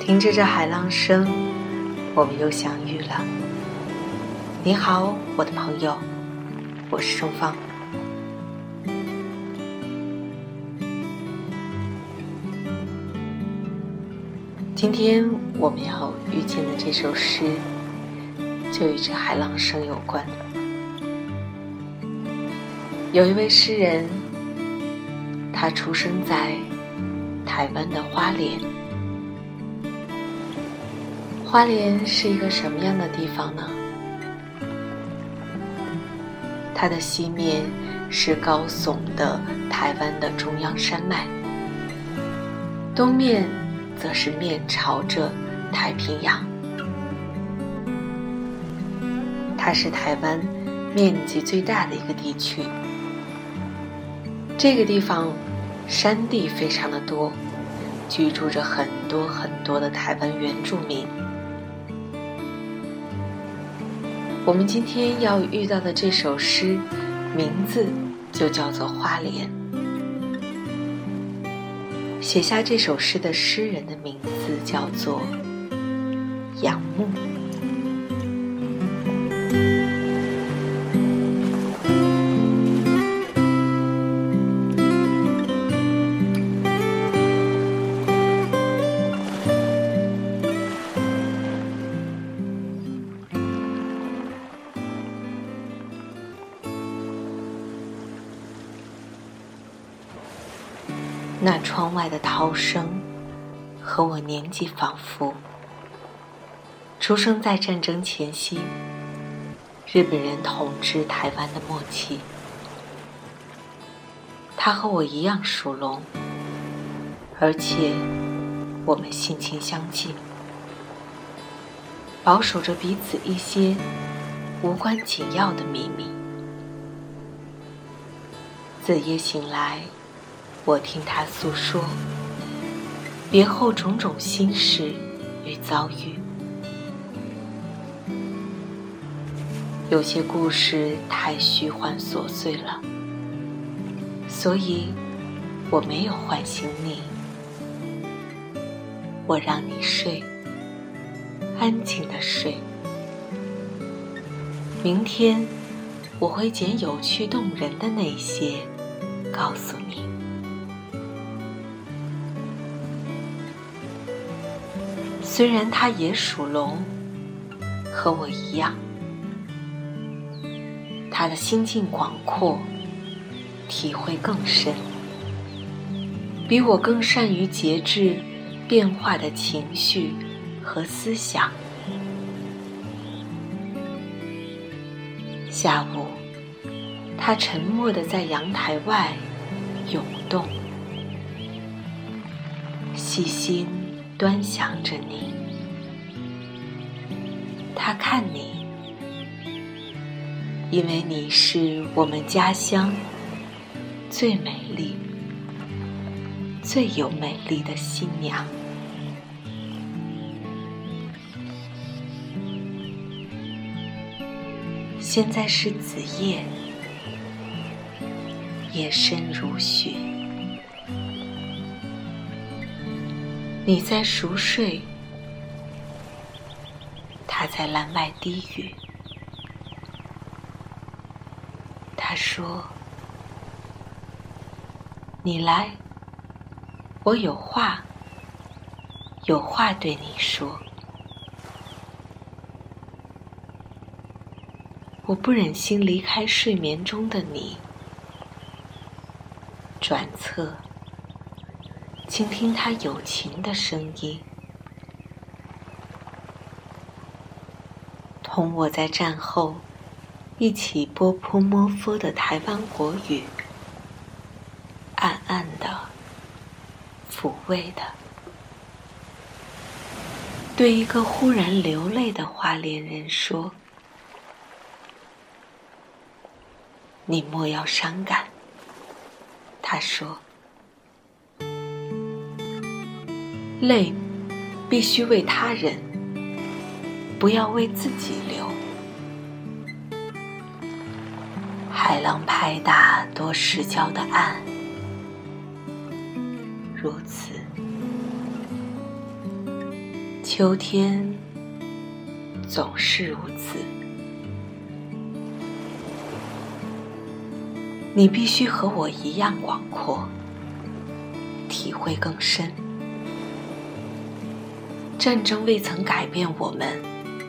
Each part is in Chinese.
听着这海浪声，我们又相遇了。你好，我的朋友，我是钟芳。今天我们要遇见的这首诗，就与这海浪声有关。有一位诗人，他出生在台湾的花莲。花莲是一个什么样的地方呢？它的西面是高耸的台湾的中央山脉，东面则是面朝着太平洋。它是台湾面积最大的一个地区。这个地方山地非常的多，居住着很多的台湾原住民。我们今天要遇到的这首诗，名字就叫做《花莲》。写下这首诗的诗人的名字叫做杨牧。那窗外的涛声和我年纪仿佛，出生在战争前夕，日本人统治台湾的末期。他和我一样属龙，而且我们性情相近，保守着彼此一些无关紧要的秘密。子夜醒来，我听他诉说别后种种心事与遭遇。有些故事太虚幻琐碎了，所以我没有唤醒你。我让你睡，安静地睡。明天我会捡有趣动人的那些告诉你。虽然他也属龙，和我一样，他的心境广阔，体会更深，比我更善于节制变化的情绪和思想。下午，他沉默地在阳台外涌动，细心端详着你。他看你，因为你是我们家乡最美丽、最有美丽的新娘。现在是子夜，夜深如许，你在熟睡，他在栏外低语。他说：你来，我有话对你说。我不忍心离开睡眠中的你，转侧倾听他有情的声音。同我在战后一起波泼摸佛的台湾国语，暗暗的抚慰的对一个忽然流泪的花莲人说：你莫要伤感。他说，泪必须为他人，不要为自己流。海浪拍打多石礁的岸，如此秋天总是如此，你必须和我一样广阔，体会更深。战争未曾改变我们，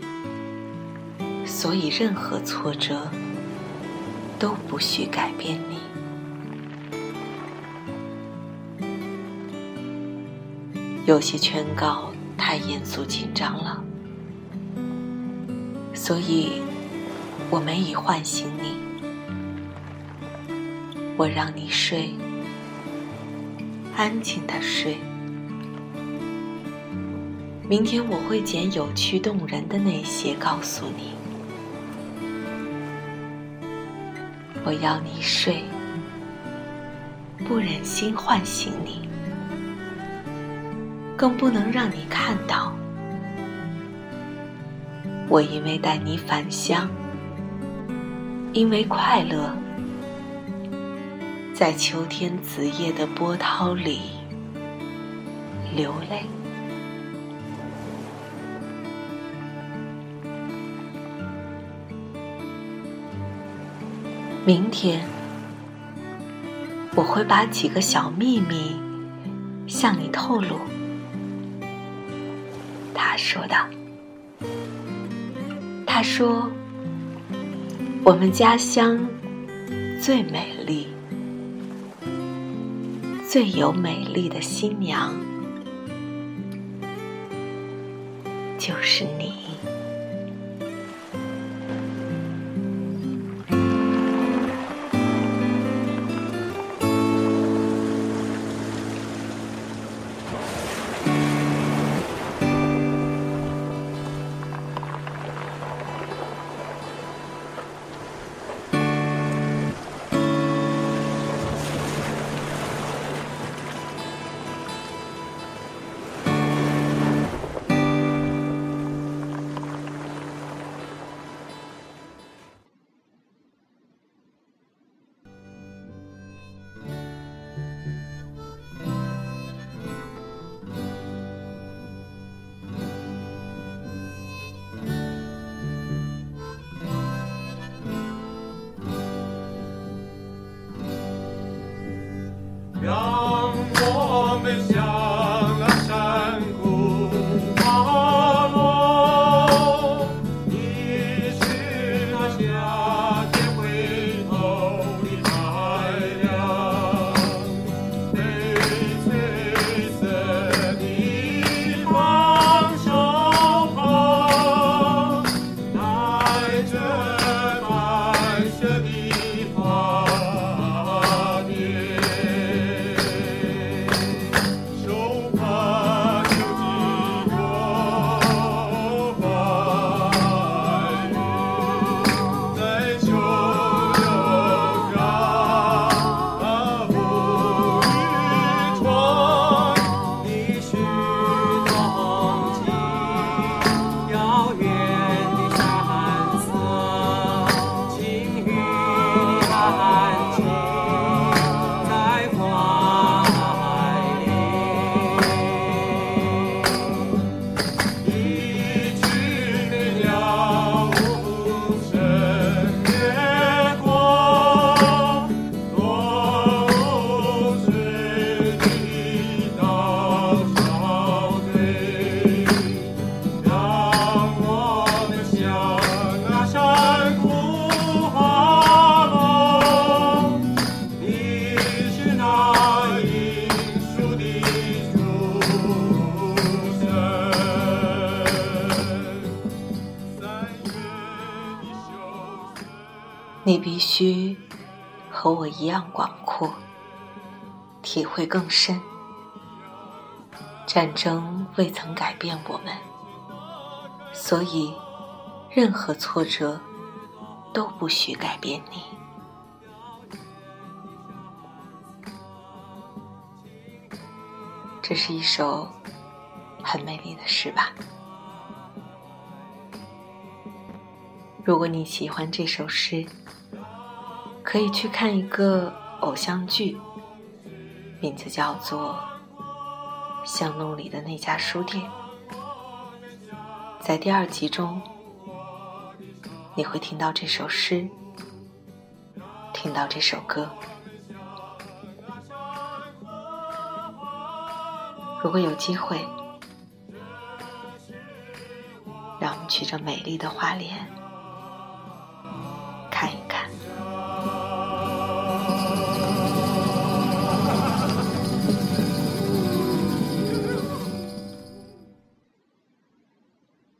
所以任何挫折都不许改变你。有些劝告太严肃紧张了，所以我没以唤醒你。我让你睡，安静地睡。明天我会捡有趣动人的那些告诉你。我要你睡，不忍心唤醒你，更不能让你看到。我因为带你返乡，因为快乐，在秋天子夜的波涛里流泪。明天我会把几个小秘密向你透露。他说的。他说，我们家乡最美丽、最有美丽的新娘，就是你。 让我们向那山谷滑落，你是那夏天回头的太阳，被翠色的放手旁，带着白雪的花。 你必须和我一样广阔，体会更深。战争未曾改变我们，所以任何挫折都不许改变你。这是一首很美丽的诗吧？如果你喜欢这首诗，可以去看一个偶像剧，名字叫做《巷弄里的那家书店》。 在第2集中，你会听到这首诗，听到这首歌。如果有机会，让我们去这美丽的花莲看一看。